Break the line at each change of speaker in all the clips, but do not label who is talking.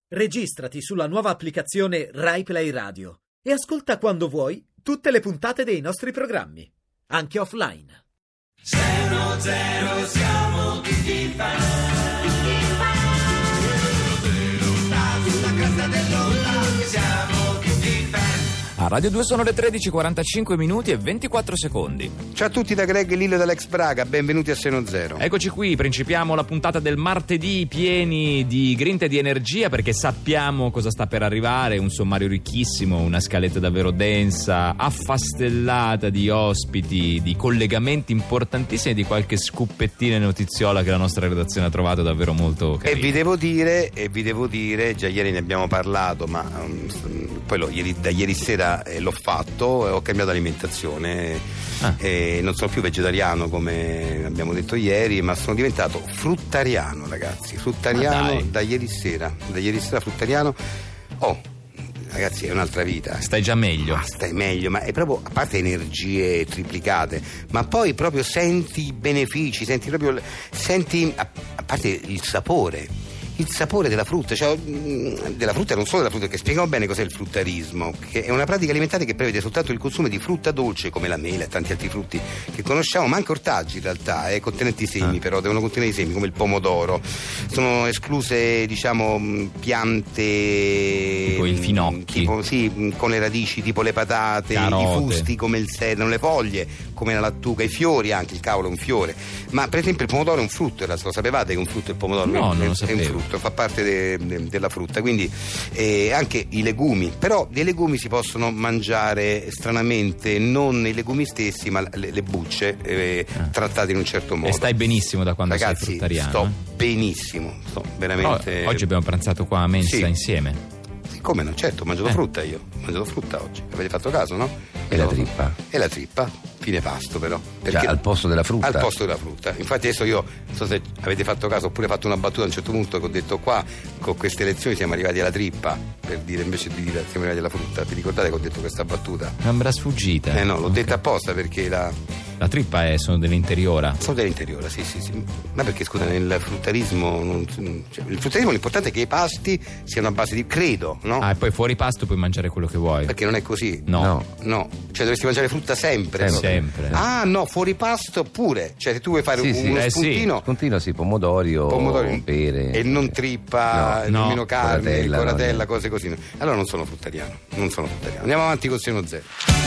Registrati sulla nuova applicazione Rai Play Radio e ascolta quando vuoi tutte le puntate dei nostri programmi, anche offline.
610 siamo tutti fan. Sulla cresta dell'onda siamo tutti fan.
A Radio 2 sono le 13:45 minuti e 24 secondi.
Ciao a tutti da Greg Lillo dall'Ex Praga, benvenuti a Seno Zero.
Eccoci qui, principiamo la puntata del martedì pieni di grinta e di energia perché sappiamo cosa sta per arrivare, un sommario ricchissimo, una scaletta davvero densa, affastellata di ospiti, di collegamenti importantissimi e di qualche scoopettina e notiziola che la nostra redazione ha trovato davvero molto carina.
E vi devo dire, già ieri ne abbiamo parlato, ma poi da ieri sera l'ho fatto e ho cambiato alimentazione. Non sono più vegetariano come abbiamo detto ieri, ma sono diventato fruttariano, ragazzi. Fruttariano da ieri sera fruttariano. Ragazzi, è un'altra vita.
Stai già meglio.
Stai meglio, ma è proprio, a parte energie triplicate, ma poi proprio senti i benefici, senti a parte il sapore della frutta, cioè della frutta e non solo della frutta, che spieghiamo bene cos'è il fruttarismo, che è una pratica alimentare che prevede soltanto il consumo di frutta dolce come la mela e tanti altri frutti che conosciamo, ma anche ortaggi in realtà, contenenti semi, però devono contenere i semi come il pomodoro. Sono escluse, piante
tipo i finocchi,
con le radici tipo le patate,
carote,
i fusti come il sedano, le foglie come la lattuga, i fiori, anche il cavolo è un fiore, ma per esempio il pomodoro è un frutto, lo sapevate che un frutto è il pomodoro?
No, non lo
sapevo. È un frutto, fa parte della frutta, quindi anche i legumi, però dei legumi si possono mangiare stranamente non i legumi stessi ma le bucce trattate in un certo modo.
E stai benissimo da quando
ragazzi,
sei fruttariano?
Sto benissimo, sto veramente.
Però oggi abbiamo pranzato qua a mensa insieme.
Come no? Certo, ho mangiato frutta io. Ho mangiato frutta oggi. Avete fatto caso, no?
E la trippa?
E la trippa, fine pasto però.
Perché al posto della frutta?
Al posto della frutta. Infatti adesso io, non so se avete fatto caso, ho pure fatto una battuta a un certo punto che ho detto qua, con queste elezioni siamo arrivati alla trippa, per dire invece di dire siamo arrivati alla frutta. Vi ricordate che ho detto questa battuta?
Non me la sfuggita.
No, l'ho detta apposta perché
la trippa sono dell'interiora.
Sono dell'interiora, sì. Ma perché scusa, nel fruttarismo il fruttarismo l'importante è che i pasti siano a base di, credo, no?
E poi fuori pasto puoi mangiare quello che vuoi.
Perché non è così.
No.
Cioè dovresti mangiare frutta sempre.
Sempre.
No, fuori pasto pure. Cioè se tu vuoi fare uno spuntino.
Spuntino pomodori o pere.
E non trippa, nemmeno carne, coratella,
no.
cose così. Allora non sono fruttariano. Andiamo avanti con Seno Zero.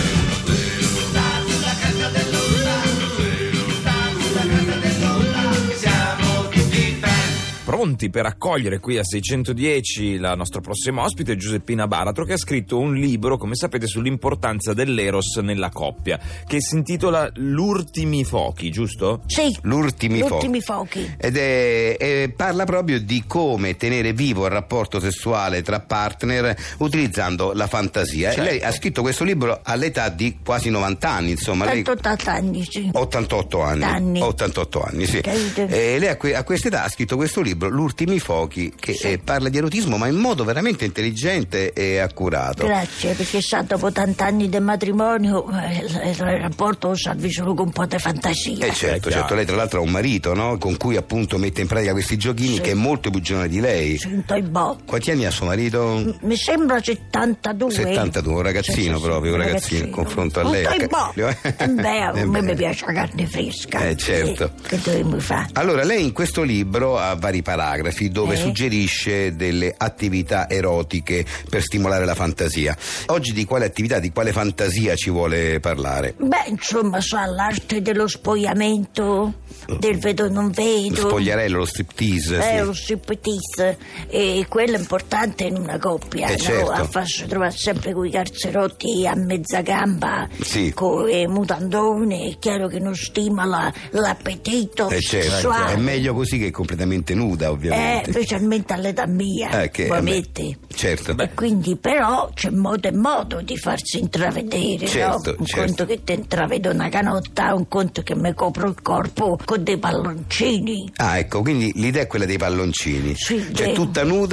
Pronti per accogliere qui a 610 la nostra prossima ospite, Giuseppina Baratro, che ha scritto un libro, come sapete, sull'importanza dell'eros nella coppia, che si intitola L'Ultimi Fochi, giusto?
Sì,
L'Ultimi
Fochi.
Ed parla proprio di come tenere vivo il rapporto sessuale tra partner utilizzando la fantasia.
Certo.
Lei ha scritto questo libro all'età di quasi 90 anni, insomma.
88 anni, sì.
88 anni. 88 anni, sì. Lei a quest'età ha scritto questo libro, L'Ultimi Fochi, che parla di erotismo ma in modo veramente intelligente e accurato.
Grazie, perché dopo tanti anni di matrimonio il rapporto lo salvi solo con un po' di fantasia.
Certo, lei tra l'altro ha un marito, no? Con cui appunto mette in pratica questi giochini, che è molto più giovane di lei. Quanti anni ha suo marito?
Mi sembra 72,
un ragazzino, proprio un ragazzino in confronto a lei.
A me mi piace la carne fresca.
Certo.
Che dovremmo fare?
Allora, lei in questo libro ha vari paragrafi dove suggerisce delle attività erotiche per stimolare la fantasia. Oggi di quale attività, di quale fantasia ci vuole parlare?
L'arte dello spogliamento, del vedo non vedo,
lo spogliarello, lo striptease.
Lo striptease, e quello è importante in una coppia,
certo.
A farsi trovare sempre con i calzerotti a mezza gamba, con i mutandoni. È chiaro che non stimola l'appetito sessuale.
È meglio così che completamente nuda, ovviamente.
Specialmente all'età mia,
certo.
E quindi però c'è modo e modo di farsi intravedere,
certo,
un conto che ti intravedo una canotta, un conto che mi copro il corpo con dei palloncini.
Quindi l'idea è quella dei palloncini.
Sì,
cioè tutta nuda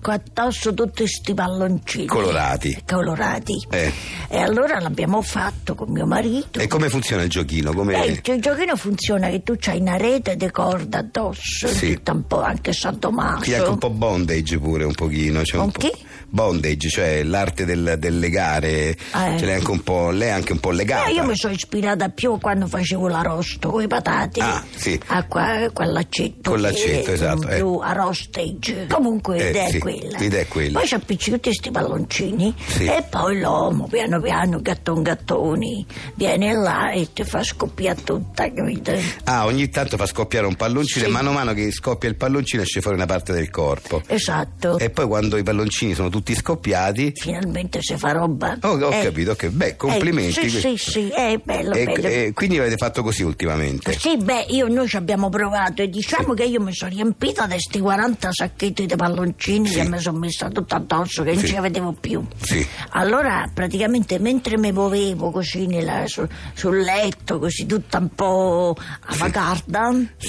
addosso tutti questi palloncini
colorati.
E allora l'abbiamo fatto con mio marito.
E come funziona il giochino?
Il giochino funziona che tu c'hai una rete di corda addosso, tutta un po' anche San Tommaso.
Qui anche un po' bondage pure, un pochino. Bondage, cioè l'arte del legare, ce l'è anche un po', lei è anche un po' legata.
Io mi sono ispirata più quando facevo l'arrosto con i patati. Con l'accetto.
Con l'accetto, esatto.
Più arrostage. Comunque l'idea è quella. Poi ci appiccico tutti questi palloncini e poi l'uomo piano piano, gattoni, viene là e ti fa scoppiare tutta, capito?
Ogni tanto fa scoppiare un palloncino e mano a mano che scoppia il palloncino esce fuori una parte del corpo.
Esatto.
E poi quando i palloncini sono tutti scoppiati
finalmente si fa roba.
Ho capito, ok. Beh, complimenti.
Sì, è bello.
Quindi avete fatto così ultimamente?
Sì, noi ci abbiamo provato e diciamo che io mi sono riempita di sti 40 sacchetti di palloncini che mi sono messa tutto addosso, che non ce la vedevo più. Allora praticamente mentre mi muovevo così sul letto, così tutta un po' avagarda,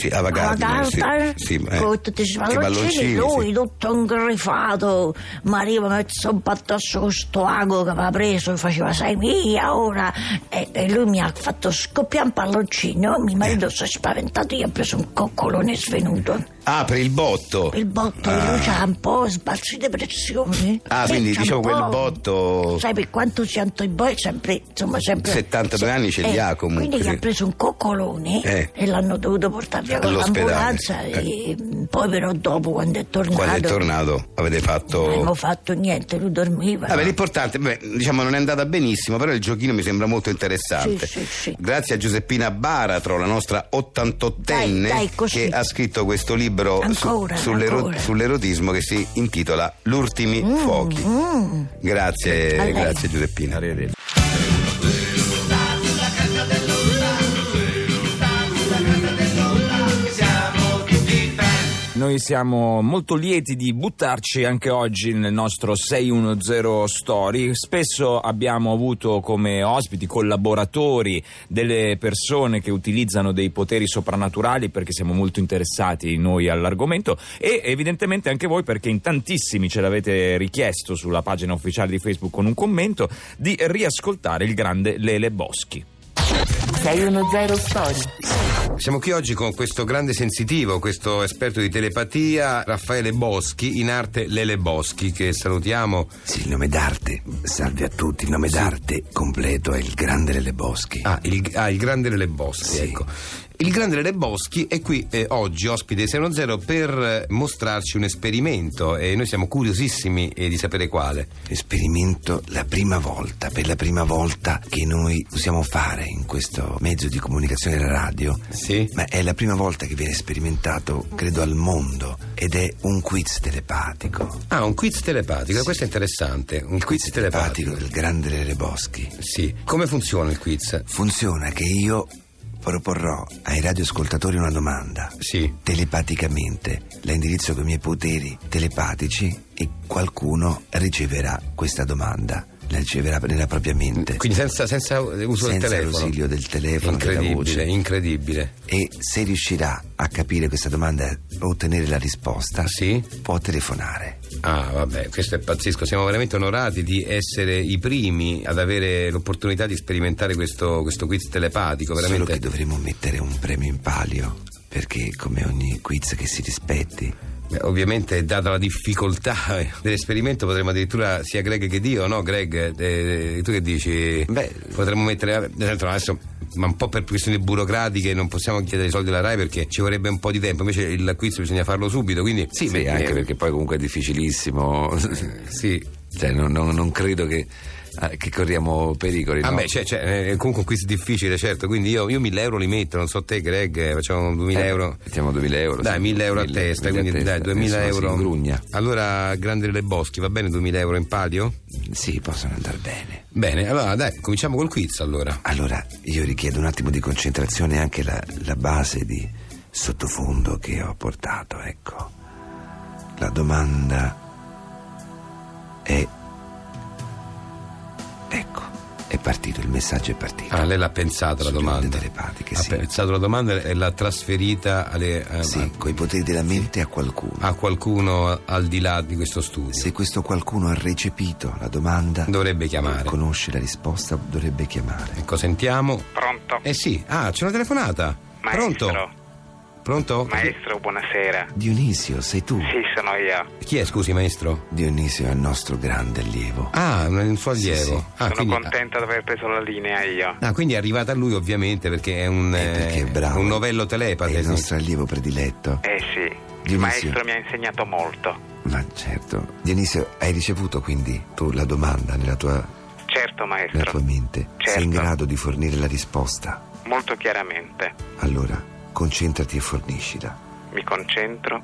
con tutti questi palloncini, lui tutto ingrifato mi arriva mezzo un po' addosso con sto ago che aveva preso e faceva sai mia ora, e lui mi ha fatto scoppiare un palloncino. Mio marito si è spaventato, io ho preso un coccolone svenuto.
Per il botto.
Lui c'ha un po' sbalzi di pressione.
Quindi diciamo quel botto.
Sai per quanto siano i boi, sempre
72 anni ce li ha comunque.
Quindi gli ha preso un coccolone e l'hanno dovuto portare via con l'ambulanza. E poi però dopo quando è tornato
avete fatto.
Non abbiamo fatto niente, lui dormiva.
L'importante, diciamo non è andata benissimo, però il giochino mi sembra molto interessante.
Sì.
Grazie a Giuseppina Baratro, la nostra 88enne, che ha scritto questo libro sull'erotismo che si intitola L'ultimi fuochi. Grazie Giuseppina.
Arrivederci. Noi siamo molto lieti di buttarci anche oggi nel nostro 610 Story. Spesso abbiamo avuto come ospiti, collaboratori, delle persone che utilizzano dei poteri soprannaturali perché siamo molto interessati noi all'argomento e evidentemente anche voi perché in tantissimi ce l'avete richiesto sulla pagina ufficiale di Facebook con un commento di riascoltare il grande Lele Boschi.
610 Story.
Siamo qui oggi con questo grande sensitivo, questo esperto di telepatia, Raffaele Boschi, in arte Lele Boschi, che salutiamo.
Sì, il nome d'arte, salve a tutti, il nome d'arte completo è il grande Lele Boschi.
Il grande Lele Boschi, ecco. Il grande Lele Boschi è qui oggi, ospite 610, per mostrarci un esperimento e noi siamo curiosissimi di sapere quale.
Esperimento per la prima volta che noi possiamo fare in questo mezzo di comunicazione radio.
Sì.
Ma è la prima volta che viene sperimentato, credo, al mondo, ed è un quiz telepatico.
Un quiz telepatico, questo è interessante.
Il quiz telepatico del grande Lele Boschi.
Sì. Come funziona il quiz?
Funziona che io proporrò ai radioascoltatori una domanda.
Sì.
Telepaticamente la indirizzo con i miei poteri telepatici e qualcuno riceverà questa domanda. La riceverà nella propria mente.
Quindi senza uso del telefono.
Senza l'ausilio del telefono, della voce.
Incredibile.
E se riuscirà a capire questa domanda e ottenere la risposta, può telefonare.
Vabbè, questo è pazzesco. Siamo veramente onorati di essere i primi ad avere l'opportunità di sperimentare questo quiz telepatico. Veramente.
Solo che dovremo mettere un premio in palio, perché come ogni quiz che si rispetti.
Ovviamente, data la difficoltà dell'esperimento, potremmo addirittura sia Greg che Dio, no Greg? Tu che dici? Potremmo mettere adesso, ma un po' per questioni burocratiche non possiamo chiedere i soldi alla RAI perché ci vorrebbe un po' di tempo, invece il quiz bisogna farlo subito, quindi
sì, anche perché poi comunque è difficilissimo.
Sì.
Cioè non credo che corriamo pericoli, no?
Comunque un quiz difficile, certo, quindi io 1.000 euro li metto, non so te Greg, facciamo 2.000 euro.
Mettiamo 2.000 euro.
Dai, 1.000 euro a testa, quindi dai, 2.000 euro.
Grugna.
Allora, grande Lele Boschi, va bene 2.000 euro in palio?
Sì, possono andare bene.
Bene, allora dai, cominciamo col quiz allora.
Allora, io richiedo un attimo di concentrazione, anche la base di sottofondo che ho portato, ecco. La domanda è È partito, il messaggio è partito.
Ah, lei l'ha pensata la
Sono
domanda.
onde telepatiche,
Ha
sì.
pensato la domanda e l'ha trasferita
Sì, coi poteri della mente a qualcuno.
a qualcuno al di là di questo studio.
Se questo qualcuno ha recepito la domanda,
Dovrebbe chiamare.
conosce la risposta, dovrebbe chiamare.
Ecco, sentiamo.
Pronto?
Sì, c'è una telefonata.
Maestro.
Pronto?
Maestro, buonasera.
Dionisio, sei tu?
Sì, sono io.
Chi è, scusi, maestro?
Dionisio è il nostro grande allievo.
Ah, un suo allievo.
Sì.
Ah,
Sono
quindi,
contento di aver preso la linea io.
quindi è arrivata a lui ovviamente perché è un,
Perché è bravo.
un novello
È
telepate.
il
sì.
nostro allievo prediletto.
Sì, il
Dionisio.
maestro mi ha insegnato molto.
Ma certo. Dionisio, hai ricevuto quindi tu la domanda nella tua
Certo, maestro.
mente?
Certo.
Sei in grado di fornire la risposta?
Molto chiaramente.
Allora, concentrati e forniscila.
Mi concentro.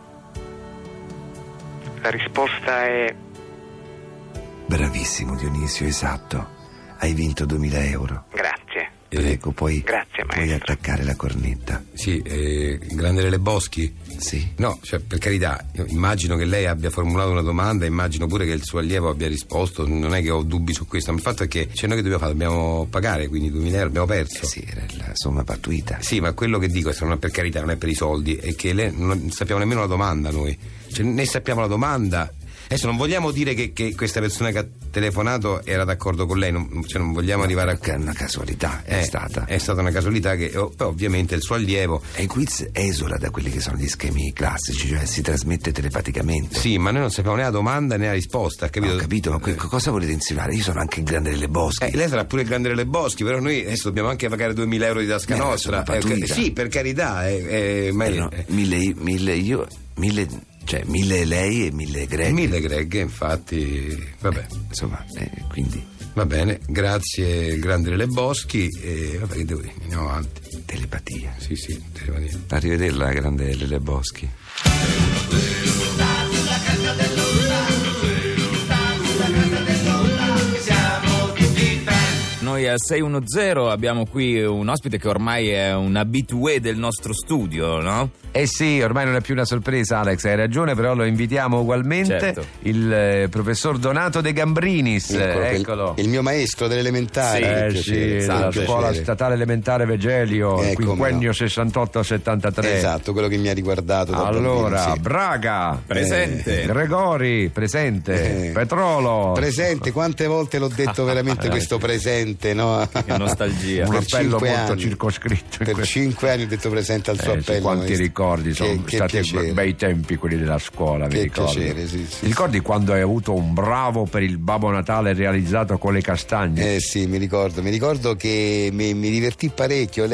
La risposta è...
Bravissimo Dionisio, esatto. Hai vinto 2000 euro.
Grazie.
Prego, puoi
Grazie,
puoi
maestro.
attaccare la cornetta.
Sì, Grande Lele Boschi?
Sì.
No, cioè, per carità, io immagino che lei abbia formulato una domanda, immagino pure che il suo allievo abbia risposto, non è che ho dubbi su questo, ma il fatto è che noi che dobbiamo fare? Dobbiamo pagare, quindi 2000 euro abbiamo perso.
Sì, era la somma pattuita.
Sì, ma quello che dico, per carità, non è per i soldi, è che lei non sappiamo nemmeno la domanda noi. Cioè, né sappiamo la domanda. Adesso non vogliamo dire che questa persona che ha telefonato era d'accordo con lei, non vogliamo arrivare a...
Che è una casualità, è stata.
È stata una casualità che poi ovviamente il suo allievo...
E il quiz esula da quelli che sono gli schemi classici, cioè si trasmette telepaticamente.
Sì, ma noi non sappiamo né la domanda né la risposta, capito?
Ho capito, ma cosa volete insinuare? Io sono anche il grande delle Boschi.
Lei sarà pure il Grande Lele Boschi, però noi adesso dobbiamo anche pagare 2000 euro di tasca nostra.
insomma, pattuita.
Sì, per carità, ma
No, 1000 io, 1000, cioè 1000 lei e 1000 Greg.
1000 Greg, infatti, vabbè.
Insomma, quindi
Va bene, grazie Grande Lele Boschi e vabbè, che devo dire, andiamo avanti.
telepatia.
Sì, telepatia.
Arrivederla, grande Lele Boschi.
Noi a 610 abbiamo qui un ospite che ormai è un habitué del nostro studio, no?
Eh sì, ormai non è più una sorpresa, Alex, hai ragione, però lo invitiamo ugualmente,
Certo.
Il professor Donato De Gambrinis, eccolo.
Il mio maestro delle elementari.
La scuola statale elementare Vegelio, quinquennio 68-73.
Esatto, quello che mi ha riguardato da
Allora,
bambino, sì.
Braga
Presente.
Gregori presente, Petrolo
Presente, quante volte l'ho detto veramente questo presente, no?
Che nostalgia.
un
per
appello
5
molto
anni.
circoscritto in
Per
questo.
5 anni ho detto presente al suo
Sì,
appello.
quanti
maestro.
ricordi, sono
Che
stati
piacere.
bei tempi quelli della scuola, mi
Che
ricordo.
piacere, sì.
Ti ricordi quando hai avuto un bravo per il Babbo Natale realizzato con le castagne?
Sì, mi ricordo che mi divertì parecchio.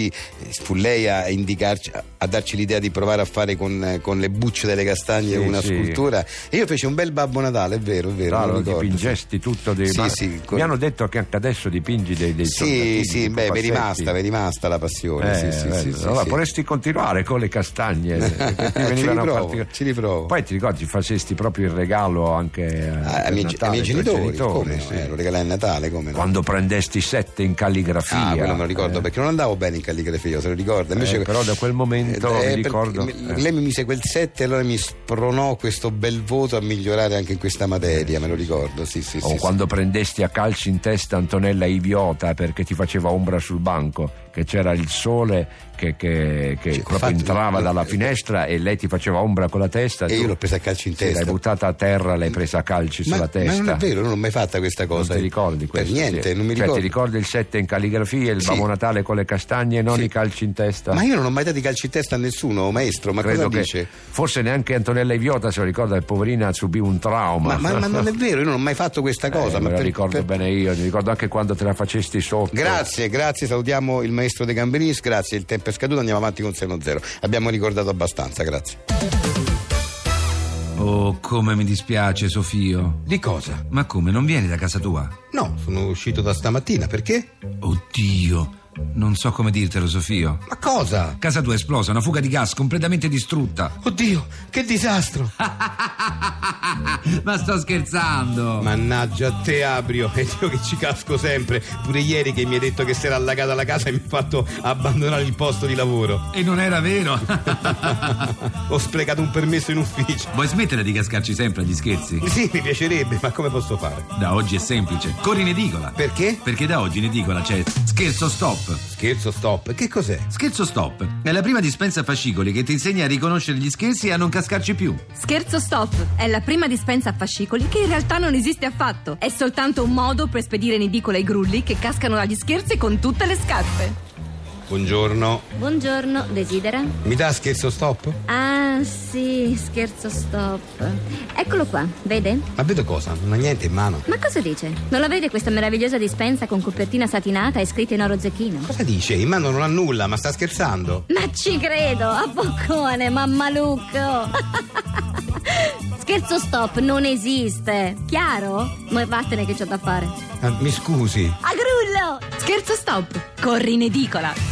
Fu lei a indicarci, a darci l'idea di provare a fare con le bucce delle castagne
Sì,
una
sì.
scultura. E io feci un bel Babbo Natale, è vero. me
Claro,
lo ricordo,
dipingesti tutto dei...
Sì,
ma-
sì,
Mi hanno detto che anche adesso dipingi dei
Sì,
soldatini,
beh, mi è
pupazzetti.
rimasta la passione. sì,
allora
sì.
potresti continuare con le castagne che ti venivano
ci riprovo.
Poi ti ricordi facesti proprio il regalo anche
ai miei
ai tuoi
genitori, come no?
sì.
Lo regalai a Natale, come no?
Quando prendesti 7 in calligrafia.
Quello me lo ricordo perché non andavo bene in calligrafia, se lo ricorda. Invece,
però da quel momento mi ricordo
lei mi mise quel 7 e allora mi spronò questo bel voto a migliorare anche in questa materia, me lo ricordo. Sì,
o quando prendesti a calci in testa Antonella Iviota perché ti faceva ombra sul banco, che c'era il sole che proprio
infatti,
entrava dalla finestra e lei ti faceva ombra con la testa
e io l'ho presa a calci in
sì,
testa.
l'hai buttata a terra, l'hai presa a calci sulla testa.
Ma non è vero, non ho mai fatta questa cosa.
Non ti ricordi questo?
Per niente,
sì.
non mi
Cioè,
ricordo.
ti ricordi il 7 in calligrafia, il
Sì.
Babbo Natale con le castagne e non
Sì.
i calci in testa?
Ma io non ho mai dato i calci in testa a nessuno, maestro, ma
Credo
cosa
che
dice?
forse neanche Antonella Iviota se lo ricorda, è poverina, subì un trauma.
Ma non è vero, io non ho mai fatto questa cosa.
me
ma
la ricordo bene io, mi ricordo anche quando te la facesti sotto.
Grazie, salutiamo il maestro De Gambrinis, grazie, il tempo è scaduto, andiamo avanti con 610. Abbiamo ricordato abbastanza, grazie.
Oh, come mi dispiace, Sofio.
Di cosa?
Ma come, non vieni da casa tua?
No, sono uscito da stamattina, perché?
Oddio, Non so come dirtelo, Sofio.
Ma cosa?
Casa tua è esplosa, una fuga di gas completamente distrutta.
Oddio, che disastro!
Ma sto scherzando.
Mannaggia a te, Abrio, e io che ci casco sempre. Pure ieri che mi hai detto che si era allagata la casa e mi ha fatto abbandonare il posto di lavoro.
E non era vero.
Ho sprecato un permesso in ufficio.
Vuoi smettere di cascarci sempre agli scherzi?
Sì, mi piacerebbe, ma come posso fare?
Da oggi è semplice. Corri in edicola.
Perché?
Perché da oggi in edicola c'è Scherzo Stop.
Scherzo stop? Che cos'è?
Scherzo Stop è la prima dispensa fascicoli che ti insegna a riconoscere gli scherzi e a non cascarci più.
Scherzo Stop è la prima dispensa a fascicoli che in realtà non esiste affatto. È soltanto un modo per spedire in edicola i grulli che cascano dagli scherzi con tutte le scarpe.
Buongiorno.
Buongiorno, desidera?
Mi dà Scherzo stop?
Ah, sì, Scherzo Stop. Eccolo qua, vede?
Ma vedo cosa? Non ha niente in mano.
Ma cosa dice? Non la vede questa meravigliosa dispensa con copertina satinata e scritta in oro zecchino?
Cosa dice? In mano non ha nulla, ma sta scherzando?
Ma ci credo, a boccone, mammalucco. Scherzo Stop non esiste, chiaro? Ma vattene che c'ho da fare.
Mi scusi.
A grullo!
Scherzo Stop, corri in edicola.